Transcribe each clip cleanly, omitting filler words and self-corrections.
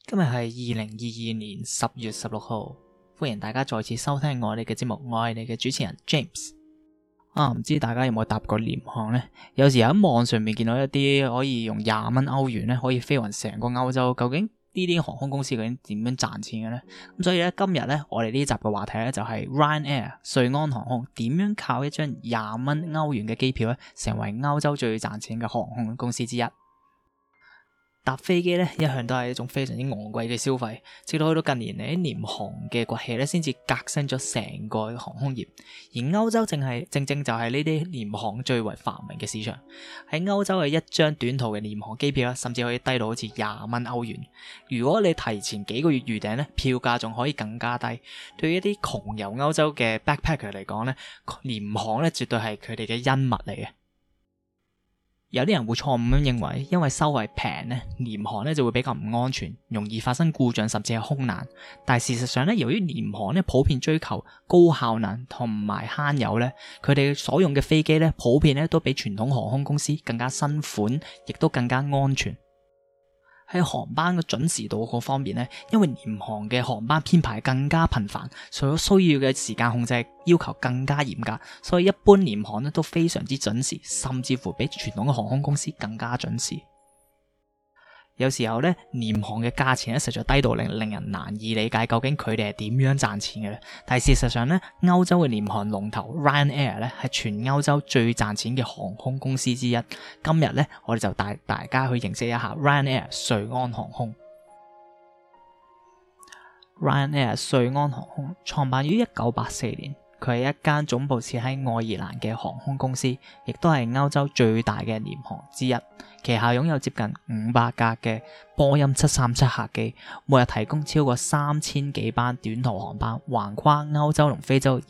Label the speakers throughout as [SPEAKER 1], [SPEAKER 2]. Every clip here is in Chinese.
[SPEAKER 1] 今日係2022年10月16號，歡迎大家再次收聽我哋嘅節目，我係你嘅主持人 James。唔知大家有冇搭過廉航呢？有時喺網上面見到一啲可以用20蚊歐元咧，可以飛勻成個歐洲，究竟呢啲航空公司究竟點樣賺錢嘅呢？咁所以咧，今日咧我哋呢集嘅話題咧就係 Ryanair 瑞安航空點樣靠一張20蚊歐元嘅機票咧，成為歐洲最賺錢嘅航空公司之一。搭飛機咧一向都係一種非常之昂貴嘅消費，直到去到近年嚟，廉航嘅崛起咧，先至革新咗成個航空業。而歐洲正正就係呢啲廉航最為繁榮嘅市場。喺歐洲嘅一張短途嘅廉航機票甚至可以低到好似20蚊歐元。如果你提前幾個月預訂咧，票價仲可以更加低。對於一啲窮遊歐洲嘅 backpacker 嚟講咧，廉航咧絕對係佢哋嘅恩物嚟嘅。有啲人會錯誤咁認為，因為收費平咧，廉航咧就會比較唔安全，容易發生故障甚至係空難。但係事實上咧，由於廉航咧普遍追求高效能同埋慳油咧，佢哋所用嘅飛機咧普遍咧都比傳統航空公司更加新款，亦都更加安全。喺航班嘅準時度嗰方面咧，因為廉航嘅航班編排更加頻繁，所需要嘅時間控制要求更加嚴格，所以一般廉航咧都非常之準時，甚至乎比傳統嘅航空公司更加準時。有時候咧，廉航嘅價錢咧實在低到令人難以理解，究竟佢哋係點樣賺錢嘅咧？但係事實上咧，歐洲嘅廉航龍頭 Ryanair 咧係全歐洲最賺錢嘅航空公司之一。今日咧，我哋就帶大家去認識一下 Ryanair 瑞安航空。Ryanair 瑞安航空創辦於1984年。佢係一間總部設喺愛爾蘭嘅航空公司，亦都係歐洲最大嘅廉航之一。旗下擁有接近500架嘅波音737客機，每日提供超過3000幾班短途航班，橫跨歐洲同非洲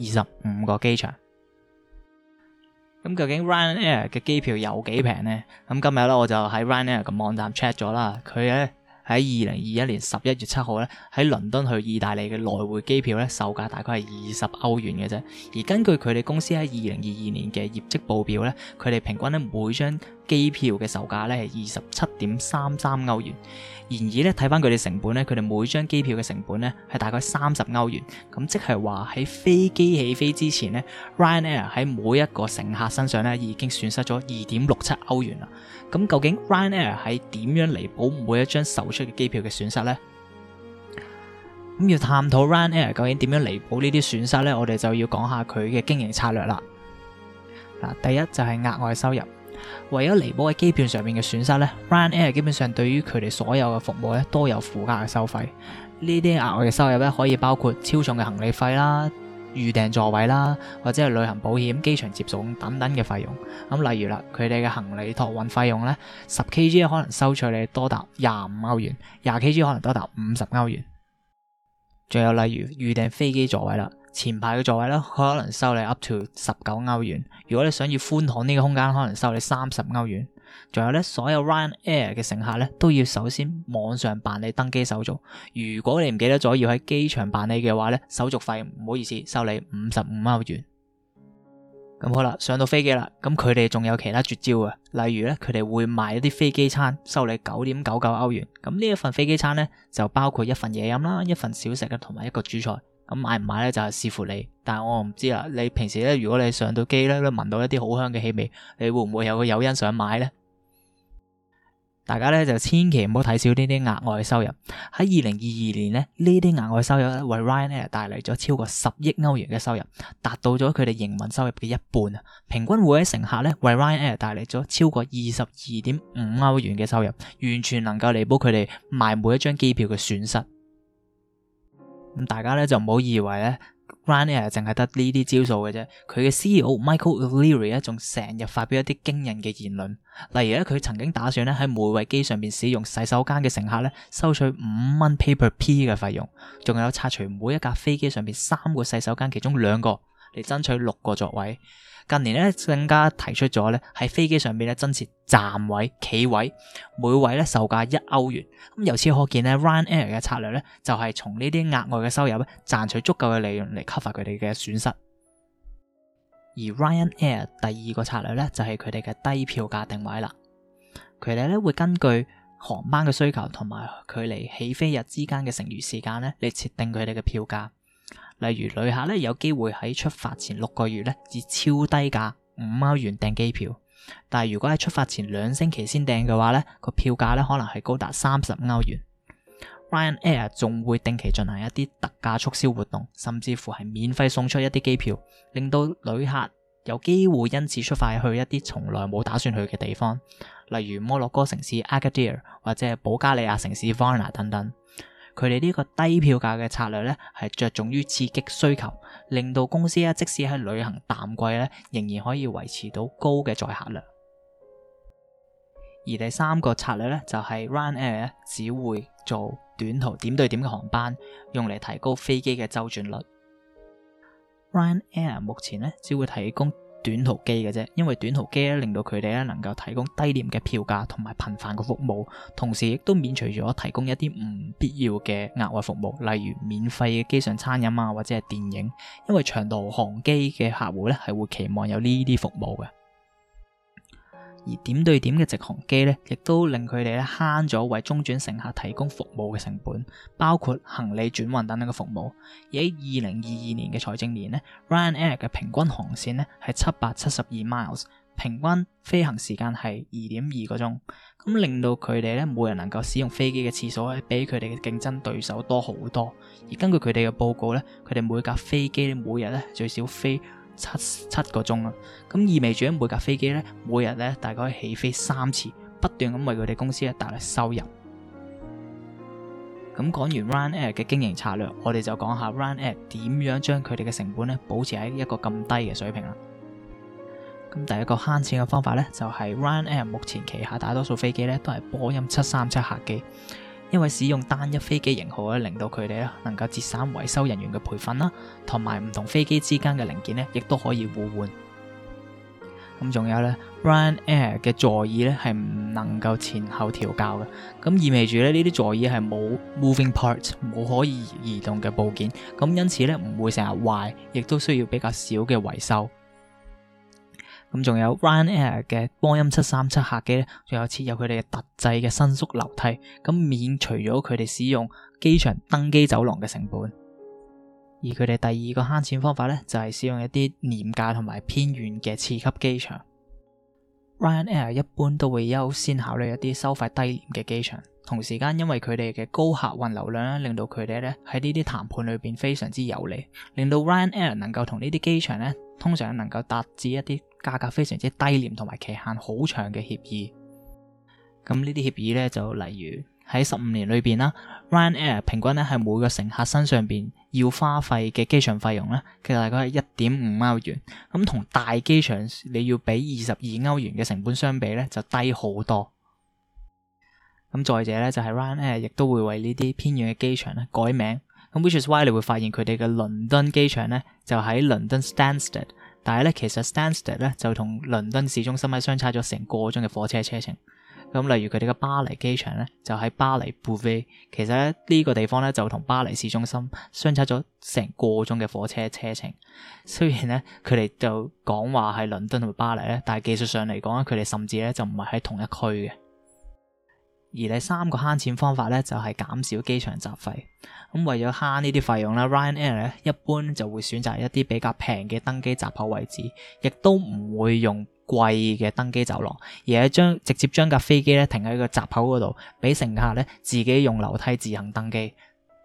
[SPEAKER 1] 225個機場。咁究竟 Ryanair 嘅機票有幾平呢？咁今日咧我就喺 Ryanair 嘅網站 check 咗啦，佢咧喺2021年11月7號咧，喺倫敦去意大利嘅來回機票咧，售價大概係20歐元嘅啫。而根據佢哋公司喺2022年嘅業績報表咧，佢哋平均咧每張機票嘅售價咧係27.33歐元。然而咧睇翻佢哋成本咧，佢哋每張機票嘅成本咧係大概30歐元。咁即係話喺飛機起飛之前咧 ，Ryanair 喺每一個乘客身上咧已經損失咗2.67歐元啦。咁究竟 Ryanair 係點樣彌補每一張售出嘅機票嘅損失呢？咁要探討 Ryanair 究竟點樣彌補呢啲損失呢？我哋就要講下佢嘅經營策略啦。第一就係額外收入。為咗彌補喺機票上面嘅損失咧 ，Ryanair 基本上對於佢哋所有嘅服務咧都有附加嘅收費。呢啲額外嘅收入咧可以包括超重嘅行李費啦、預訂座位啦，或者係旅行保險、機場接送等等嘅費用。咁例如啦，佢哋嘅行李託運費用咧，10kg 可能收取你多達25歐元，20kg 可能多達50歐元。仲有例如預訂飛機座位啦。前排嘅座位咧，可能收你 up to 19歐元。如果你想要寬敞呢個空間，可能收你30歐元。仲有咧，所有 Ryanair 嘅乘客咧都要首先網上辦理登機手續。如果你唔記得咗要喺機場辦理嘅話咧，手續費唔好意思，收你55歐元。咁好啦，上到飛機啦，咁佢哋仲有其他絕招嘅，例如咧，佢哋會賣一啲飛機餐，收你9.99歐元。咁呢一份飛機餐咧，就包括一份嘢飲啦，一份小食同埋一個主菜。咁買唔買咧就係視乎你，但係我唔知啦。你平時咧，如果你上到機咧，都聞到一啲好香嘅氣味，你會唔會有個誘因想買呢？大家咧就千祈唔好睇少呢啲額外收入。喺2022年咧，呢啲額外收入咧為 Ryanair 帶嚟咗超過10億歐元嘅收入，達到咗佢哋營運收入嘅一半啊！平均每位乘客咧為 Ryanair 帶嚟咗超過22.5歐元嘅收入，完全能夠彌補佢哋賣每一張機票嘅損失。咁大家咧就唔好以為咧 Ryanair 淨係得呢啲招數嘅啫，佢嘅 CEO Michael O'Leary 咧仲成日發表一啲驚人嘅言論，例如咧佢曾經打算咧喺每位機上面使用洗手間嘅乘客咧收取5蚊 pay per P 嘅費用，仲有拆除每一架飛機上面3個洗手間其中2個嚟爭取6個座位。近年咧更加提出咗咧喺飛機上面咧增設站位、企位，每位咧售價1歐元。咁由此可見咧 Ryanair 嘅策略咧就係從呢啲額外嘅收入咧賺取足夠嘅利潤嚟 cover 佢哋嘅損失。而 Ryanair 第二個策略咧就係佢哋嘅低票價定位啦。佢哋咧會根據航班嘅需求同埋距離起飛日之間嘅剩餘時間咧嚟設定佢哋嘅票價。例如旅客咧有機會喺出發前6個月咧以超低價5歐元訂機票，但係如果喺出發前2星期先訂嘅話咧，個票價咧可能係高達30歐元。Ryanair 仲會定期進行一啲特價促銷活動，甚至乎係免費送出一啲機票，令到旅客有機會因此出發去一啲從來冇打算去嘅地方，例如摩洛哥城市 Agadir 或者係保加利亞城市 Varna 等等。佢哋呢個低票價嘅策略咧，係着重於刺激需求，令到公司即使喺旅行淡季咧，仍然可以維持到高嘅載客量。而第3個策略咧，就係 Ryanair 只會做短途點對點嘅航班，用嚟提高飛機嘅周轉率。Ryanair 目前咧只會提供短途機嘅啫，因為短途機咧令到佢哋咧能夠提供低廉嘅票價同埋頻繁嘅服務，同時亦都免除咗提供一啲唔必要嘅額外服務，例如免費嘅機上餐飲啊，或者係電影，因為長途航機嘅客戶咧係會期望有呢啲服務嘅。而點對點嘅直航機咧，亦都令佢哋咧慳咗為中轉乘客提供服務嘅成本，包括行李轉運等等嘅服務。而喺2022年嘅財政年咧 ，Ryanair 嘅平均航線咧係772 miles， 平均飛行時間係2.2個鐘，咁令到佢哋咧每人能夠使用飛機嘅次數咧，比佢哋嘅競爭對手多好多。而根據佢哋嘅報告咧，佢哋每架飛機每日咧最少飛七個鐘啦，咁意味住咧每架飛機咧每日咧大概可以起飛3次，不斷咁為佢哋公司咧帶來收入。咁講完 Ryanair 嘅經營策略，我哋就講下 Ryanair 點樣將佢哋嘅成本咧保持喺一個咁低嘅水平啦。咁第一個慳錢嘅方法咧，就係 Ryanair 目前旗下大多數飛機咧都係波音737客機。因為使用單一飛機型號咧，令到佢哋咧能夠節省維修人員嘅培訓啦，同埋唔同飛機之間嘅零件咧，亦都可以互換。咁仲有咧 ，Ryanair 嘅座椅咧係唔能夠前後調校嘅，咁意味住咧呢啲座椅係冇 moving parts， 冇可以移動嘅部件，咁因此咧唔會成日壞，亦都需要比較少嘅維修。咁仲有 Ryanair 嘅波音737客機咧，仲有設有佢哋嘅特製嘅伸縮樓梯，咁免除咗佢哋使用機場登機走廊嘅成本。而佢哋第二個慳錢方法咧，就係使用一啲廉價同埋偏遠嘅次級機場。Ryanair 一般都會優先考慮一啲收費低廉嘅機場，同時間因為佢哋嘅高客運流量咧，令到佢哋咧喺呢啲談判裏邊非常之有利，令到 Ryanair 能夠同呢啲機場咧通常能夠達至一啲價格非常之低廉同埋期限好長嘅協議。咁呢啲協議咧就例如喺15年裏邊啦 ，Ryanair 平均咧係每個乘客身上邊要花費嘅機場費用咧，其實大概係1.5歐元。咁同大機場你要俾22歐元嘅成本相比咧，就低好多。咁再者咧就係 Ryanair 亦都會為呢啲偏遠嘅機場咧改名。咁 which is why 你會發現佢哋嘅倫敦機場咧就喺倫敦 Stansted， 但係咧其實 Stansted 咧就同倫敦市中心咧相差咗成個鐘嘅火車車程。咁例如佢哋嘅巴黎機場咧就喺巴黎 Bouvet， 其實咧呢個地方咧就同巴黎市中心相差咗成個鐘嘅火車車程。雖然咧佢哋就講話係倫敦同巴黎咧，但係技術上嚟講咧，佢哋甚至咧就唔係喺同一區嘅。而第三個慳錢方法咧就係減少機場雜費。咁為咗慳呢啲費用咧 ，Ryanair 咧一般就會選擇一啲比較平嘅登機閘口位置，亦都唔會用貴嘅登機走廊，而係直接將架飛機咧停喺個閘口嗰度，俾乘客咧自己用樓梯自行登機。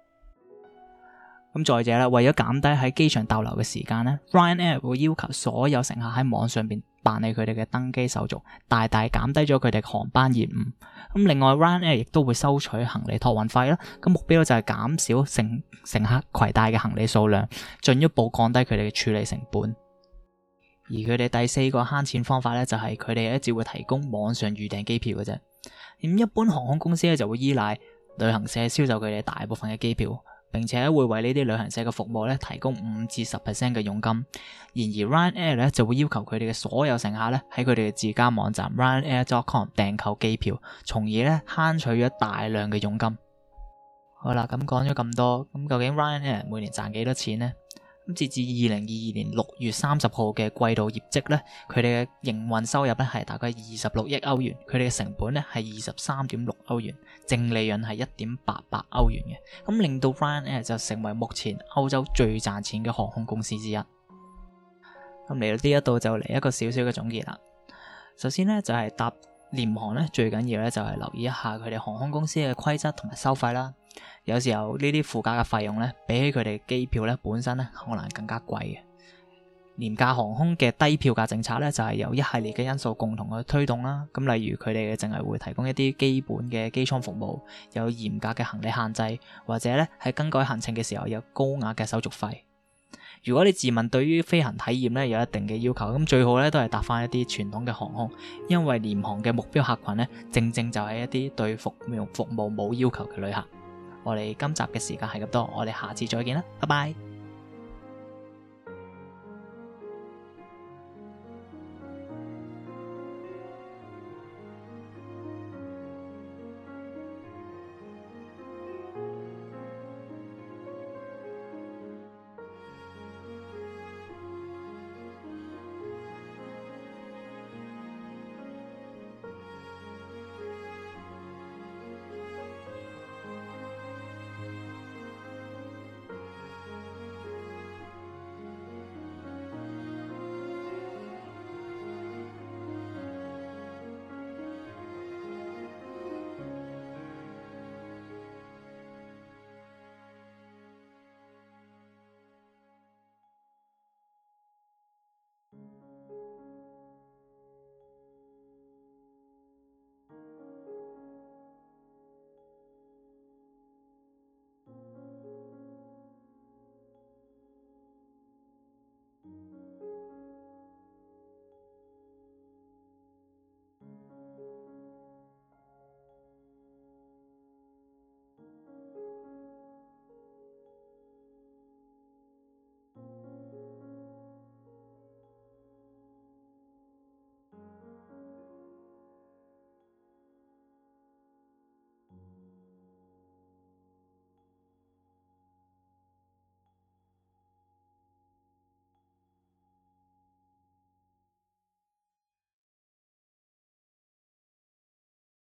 [SPEAKER 1] 咁再者咧，為咗減低喺機場逗留嘅時間咧 ，Ryanair 會要求所有乘客喺網上邊辦理佢哋嘅登機手續，大大減低咗佢哋航班延誤。咁另外 Ryanair 亦都會收取行李託運費啦。咁目標就係減少乘客攜帶嘅行李數量，進一步降低佢哋嘅處理成本。而佢哋第四個慳錢方法咧，就係佢哋咧只會提供網上預訂機票嘅啫。咁一般航空公司咧就會依賴旅行社銷售佢哋大部分嘅機票，並且會為呢啲旅行社嘅服務咧提供5至10% 嘅佣金。然而 Ryanair 咧就會要求佢哋嘅所有乘客咧喺佢哋嘅自家網站 ryanair.com 訂購機票，從而咧慳取咗大量嘅佣金。好啦，咁講咗咁多，咁究竟 Ryanair 每年賺幾多錢呢？ 咁截至2022年6月30號嘅季度業績咧，佢哋嘅營運收入咧係大概26億歐元，佢哋嘅成本咧係23.6歐元，淨利潤係1.88歐元嘅，咁令到 Ryanair 就成為目前歐洲最賺錢嘅航空公司之一。咁嚟到呢一度就嚟一個少少嘅總結啦。首先咧就係搭廉航咧，最緊要咧就係留意一下佢哋航空公司嘅規則同埋收費啦。有時候呢啲附加嘅費用咧，比起佢哋機票咧本身咧可能更加貴嘅。廉價航空嘅低票價政策咧，就係由一系列嘅因素共同去推動啦。咁例如佢哋淨係會提供一啲基本嘅機艙服務，有嚴格嘅行李限制，或者咧喺更改行程嘅時候有高額嘅手續費。如果你自問對於飛行體驗咧有一定嘅要求，咁最好咧都係搭翻一啲傳統嘅航空，因為廉航嘅目標客群咧正正就係一啲對服務冇要求嘅旅客。我哋今集嘅時間係咁多，我哋下次再見啦，拜拜。